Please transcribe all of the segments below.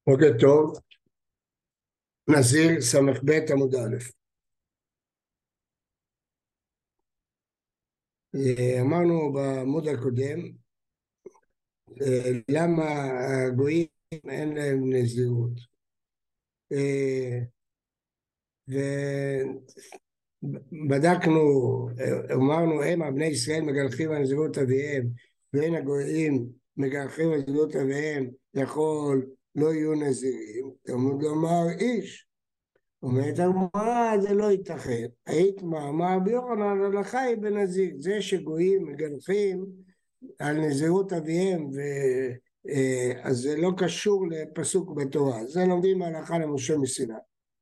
בוקר טוב, נזיר ס"ב עמוד א'. אמרנו בעמוד הקודם, למה הגויים אין להם נזירות. ובדקנו, אמרנו, הם בני ישראל מגלחים על נזירות אביהם, ואין הגויים מגלחים על נזירות אביהם, יכול לא יהיו נזירים. תלמוד לומר איש. אומרת הגמרא, זה לא ייתכן. היית מאמר ביוחנן, ההלכה היא בנזיר. זה שגויים מגלחים על נזירות אביהם, אז זה לא קשור לפסוק בתורה. זה לומדים ההלכה למשה מסיני.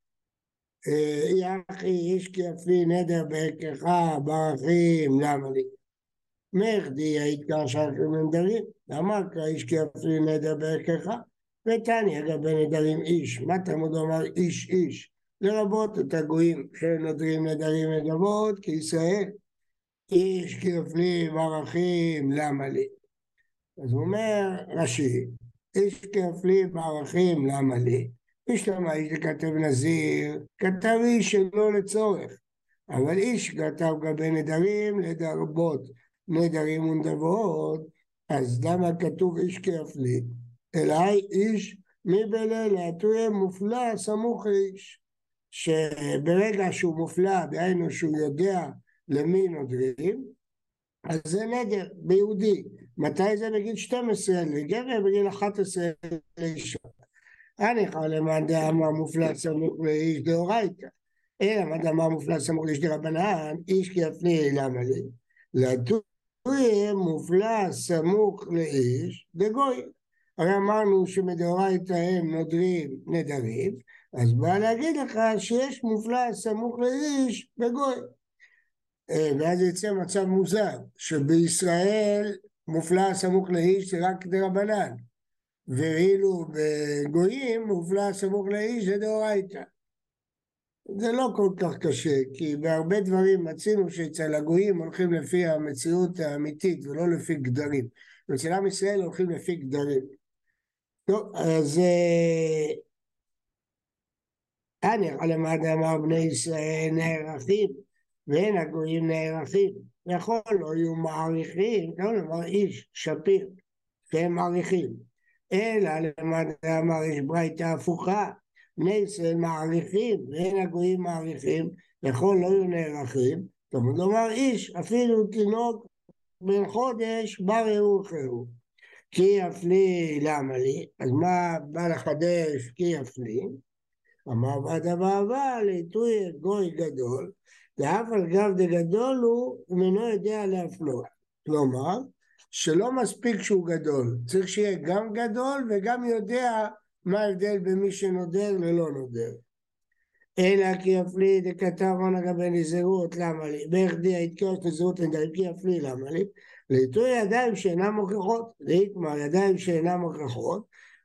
יחי איש כיפי נדר בערכך ברכים, למה לי? מחדי היית כאשר נדרים, אמר כאיש כיפי נדר בערכך, ותניא לגבי נדרים איש. מה תלמוד לומר איש איש? לרבות את הגויים שנודרים נדרים נדבות כישראל. איש כיפלי בערכים, למה לי? אז הוא אומר רש"י, איש כיפלי בערכים, למה לי? איש למה איש לכתב נזיר, כתב איש שלא לצורך, אבל איש כתב גבי נדרים לדרבות נדרים ונדבות, אז למה כתוב איש כיפלי? אלא איש מבליל התורה מופלא סמוך איש, שברגע שהוא מופלא, דהיינו שהוא יודע למי נודרים, אז זה נדר ביהודי. מתי זה? בגיל 12 לגבר, בגיל 11 לאישה. אני חייב למען דאמר מופלא סמוך לאיש דאורייתא. אלא מה דאמר מופלא סמוך לאיש דרבנן, איש כיפלי, למה לי? לתורה מופלא סמוך לאיש דגוי. הרי אמרנו שמדאורייתא הם נודרים נדרים, אז בא להגיד לך שיש מופלא סמוך לאיש בגוי. ואז יצא מצב מוזר, שבישראל מופלא סמוך לאיש זה רק דרבנן, ואילו בגויים מופלא סמוך לאיש זה דאורייתא. זה לא כל כך קשה, כי בהרבה דברים מצינו שאצל הגויים הולכים לפי המציאות האמיתית ולא לפי גדרים. ואצל עם ישראל הולכים לפי גדרים. טוב, אז אני למד אמר בני ישראל נערכים, ואין הגויים נערכים. יכול לא יהיו מעריכים, לא לומר איש שפיר, שהם מעריכים. אלא למד אמר יש ברייתא הפוכה, בני ישראל מעריכים, ואין הגויים מעריכים, יכול לא יהיו נערכים. תלמוד לומר איש, אפילו תינוק בן חודש בר ירוחהו. כי יפלי, למה לי? אז מה בא לחדש כי יפלי? אמר בדבר הבא, לעיתוי גוי גדול, ואף על גב דגדול הוא אינו יודע להפלות. כלומר, שלא מספיק שהוא גדול, צריך שיהיה גם גדול וגם יודע מה ההבדל בין מי שנודר ללא נודר. אלא כי יפלי דכתב on לגבי נזירות, למה לי? בכדי ההתקרש נזירות נדרים כי יפלי, למה לי? לעיתוי ידיים שאינם מוכיחות, להתמר ידיים שאינם מוכיחות,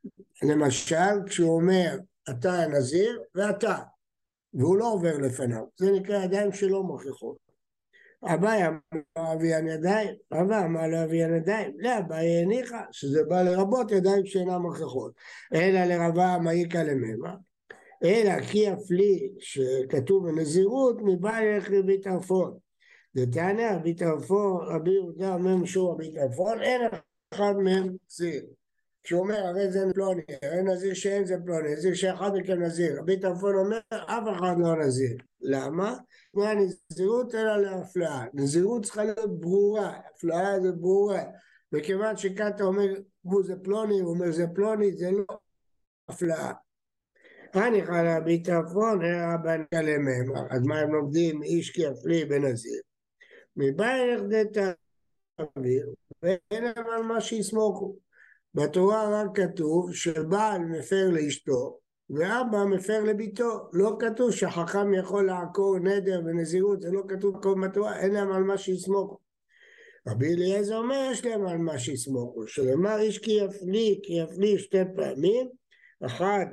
למשל כשהוא אומר אתה נזיר ואתה, והוא לא עובר לפניו, זה נקרא ידיים שלא מוכיחות. אביי אמר אביין ידיים, רבא אמר לו אביין ידיים, לאביי הניחה שזה בא לרבות ידיים שאינם מוכיחות, אלא לרבא מעיקה לממה, אלא כי יפלי שכתוב בנזירות מבעל ילך רבי טרפון. דתניא רבי טרפון, רבי יהודה אומר משום רבי טרפון, אין אחד מהם נזיר. כשהוא אומר הרי זה פלוני, הרי נזיר שאין זה פלוני, נזיר שאחד מכם נזיר. רבי טרפון אומר אף אחד לא נזיר. למה? לא הנזירות אלא להפלאה. נזירות צריכה להיות ברורה, הפלאה זה ברורה. וכיוון שכאן אתה אומר זה פלוני, הוא אומר זה פלוני, זה לא הפלאה. אני חלה רבי טרפון, רבן כלמם. אז מה הם לומדים? איש כיפלי בנזיר. מבערך דתעביר, ואין אבל מה שיסמוכו. בתורה רק כתוב שבעל מפר לאשתו ואבא מפר לביתו. לא כתוב שחכם יכול לעקור נדר ונזירות, זה לא כתוב בכל בתורה, אין להם על מה שיסמוכו. רבי אליעזר אומר יש להם על מה שיסמוכו, שלמר איש כי יפלי שתי פעמים, אחד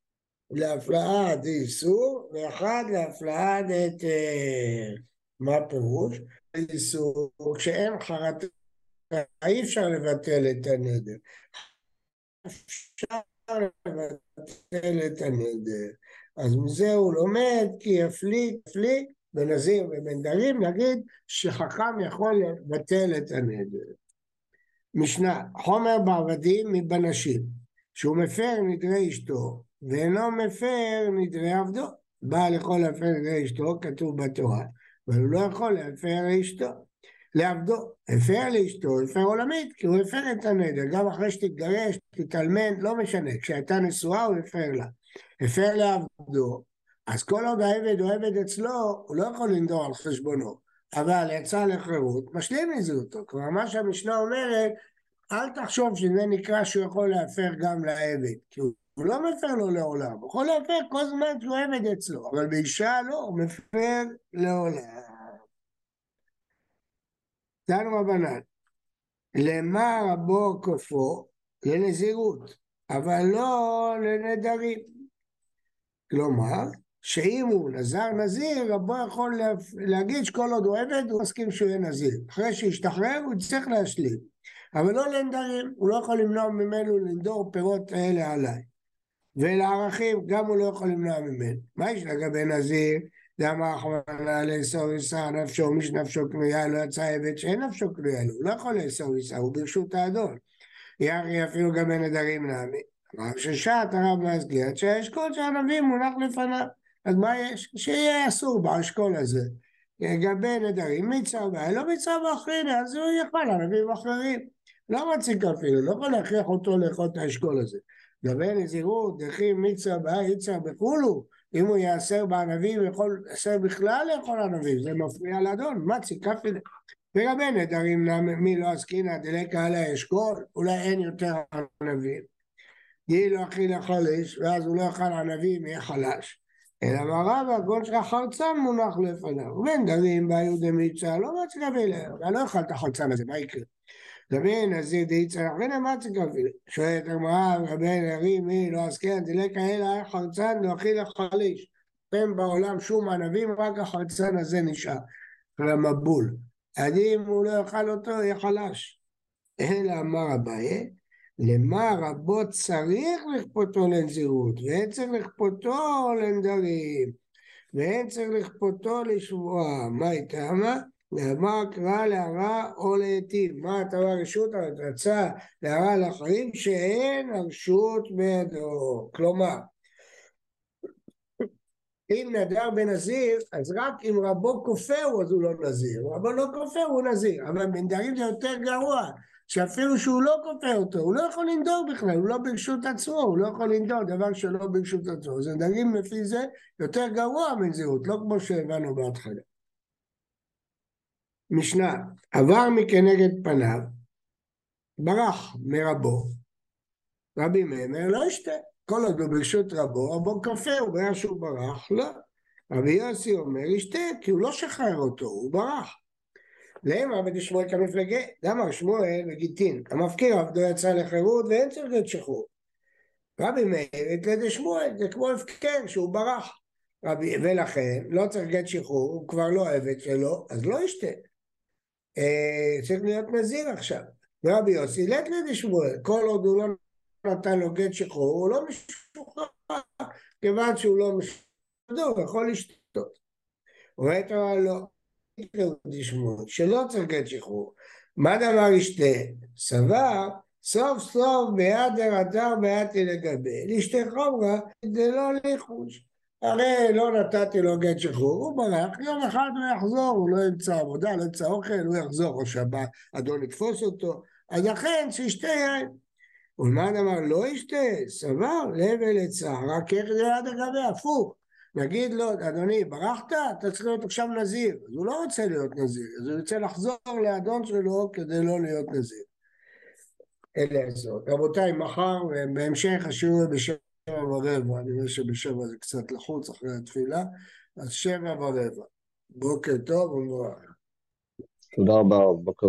להפלאה דאיסור ואחד להפלאה דאת, מה פירוש? איסור, כשאין חרטה אי אפשר לבטל את הנדר. אפשר לבטל את הנדר. אז מזה הוא לומד כי יפליא בנזיר ובנדרים, נגיד שחכם יכול לבטל את הנדר. משנה, חומר בעבדים מבנשים, שהוא מפר נדרי אשתו, ואינו מפר נדרי עבדו. בא לכל להפר נדרי אשתו, כתוב בתורה, אבל הוא לא יכול להפר לאשתו. לעבדו, הפר לאשתו, הפר עולמית, כי הוא הפר את הנדר, גם אחרי שתתגרש, תתאלמן, לא משנה, כשהייתה נשואה הוא הפר לה. הפר לעבדו, אז כל עוד העבד הוא עבד אצלו, הוא לא יכול לנדור על חשבונו, אבל יצא לחירות, משלים נזירותו. כלומר, מה שהמשנה אומרת, אל תחשוב שזה נקרא שהוא יכול להפר גם לעבד, כי הוא לא מפר לו לעולם, הוא יכול להפר כל זמן שהוא עבד אצלו, אבל באישה לא, הוא מפר לעולם. תנו רבנן, למה רבו כופו? לנזירות, אבל לא לנדרים. כלומר, שאם הוא נזר נזיר, רבו יכול להגיד שכל עוד הוא עבד, הוא מסכים שהוא יהיה נזיר. אחרי שישתחרר, הוא צריך להשלים. אבל לא לנדרים, הוא לא יכול למנוע ממנו לנדור פירות האלה עליי. ולערכים, גם הוא לא יכול למנוע ממנו. מה יש לגבי נזיר? למה הכוונה לאסור איסר נפשו, מי שנפשו קנויה, לא יצא עבד שאין נפשו קנויה לו, הוא לא יכול לאסור איסר, הוא ברשות האדון. יחי אפילו גם בנדרים נעמי. רק ששעת הרב מהסגרת שהאשכול של הנביא מונח לפניו. אז מה יש? שיהיה אסור באשכול הזה. לגבי נדרים מצווה, לא מצווה אחרים, אז הוא יכול הנביאים אחרים. לא מציק אפילו, לא יכול להכריח אותו לאכול את האשכול הזה. לגבי נזירות, דחים מצווה, יצר בכולו, אם הוא יאסר בענבים, יכול לאסר בכלל לאכול ענבים, זה מפריע לאדון, מציק אפילו. ולגבי נדרים, מי לא עסקינא דלקה על האשכול, אולי אין יותר ענבים. יהי לו אכיל החלש, ואז הוא לא יאכל ענבים, יהיה חלש. אלא מראה והגון שלך חרצן מונח לפניו. ונדרים באיו דמיצה, לא מצליח אליהם, אני לא אוכל את החרצן הזה, מה יקרה? רבי נזיר דיצה, אחרי מצליח אליהם. שואלת הגמרא, רבי נרים, מי לא עסקינא דלקה אלא חרצן לא אכיל החלש. אין בעולם שום ענבים, רק החרצן הזה נשאר. למבול. אם הוא לא יאכל אותו, יהיה חלש. אלא אמר אביי, למה רבו צריך לכפותו לנזירות, ואין צריך לכפותו לנדרים, ואין צריך לכפותו לשבועה. מה איתמה? למה קרא להרע או להיטיב? מה התורה רשות? רצה להרע לאחרים שאין הרשות בידו. כלומר, אם נדר בנזיר, אז רק אם רבו כופר אז הוא לא נזיר, רבו לא כופר הוא נזיר, אבל בנדרים זה יותר גרוע, שאפילו שהוא לא כופר אותו, הוא לא יכול לנדור בכלל, הוא לא ברשות עצמו, הוא לא יכול לנדור דבר שלא ברשות עצמו, אז נדרים לפי זה יותר גרוע מנזירות, לא כמו שהבנו בהתחלה. משנה, עבר מכנגד פניו, ברח מרבו, רבי מאיר לא ישתה, כל עוד הוא ברשות רבו, רבו כופר, הוא ברח שהוא ברח, לא. רבי יוסי אומר, ישתה, כי הוא לא שחרר אותו, הוא ברח. למה בית שמואל כמפלגה? דאמר שמואל וגיטין, המפקיר עבדו יצא לחירות ואין צריך להיות שחרור. רבי מאיר את שמואל, זה כמו הפקר שהוא ברח. ולכן לא צריך גט שחרור, הוא כבר לא עבד שלו, אז לא ישתה. צריך להיות נזיר עכשיו. ורבי יוסי לית שמואל, כל עוד הוא לא נתן לו גט שחרור, הוא לא משוחרר, כיוון שהוא לא משוחרר, הוא יכול לשתות. הוא רואה את לא, שלא צריך גט שחרור. מה דבר ישתה? סבר, סוף סוף ביד הרדר בידתי לגבי, לשתה חומרה, זה לא ליחוש. הרי לא נתתי לו גט שחרור, הוא ברח, יום אחד הוא יחזור, הוא לא ימצא עבודה, לא ימצא אוכל, הוא יחזור, או שבת, אדון יתפוס אותו, אז לכן שישתה יין. ולמה דבר לא ישתה? סבר, לב לצער, רק איך זה יד הגבי, הפוך. נגיד לו, אדוני, ברחת? אתה צריך להיות עכשיו נזיר. אז הוא לא רוצה להיות נזיר, אז הוא רוצה לחזור לאדון שלו כדי לא להיות נזיר. אלה זאת. רבותיי, מחר בהמשך השיעור בשבע ורבע, אני רואה שבשבע זה קצת לחוץ אחרי התפילה, אז 7:15. בוקר טוב ומבורך. תודה רבה.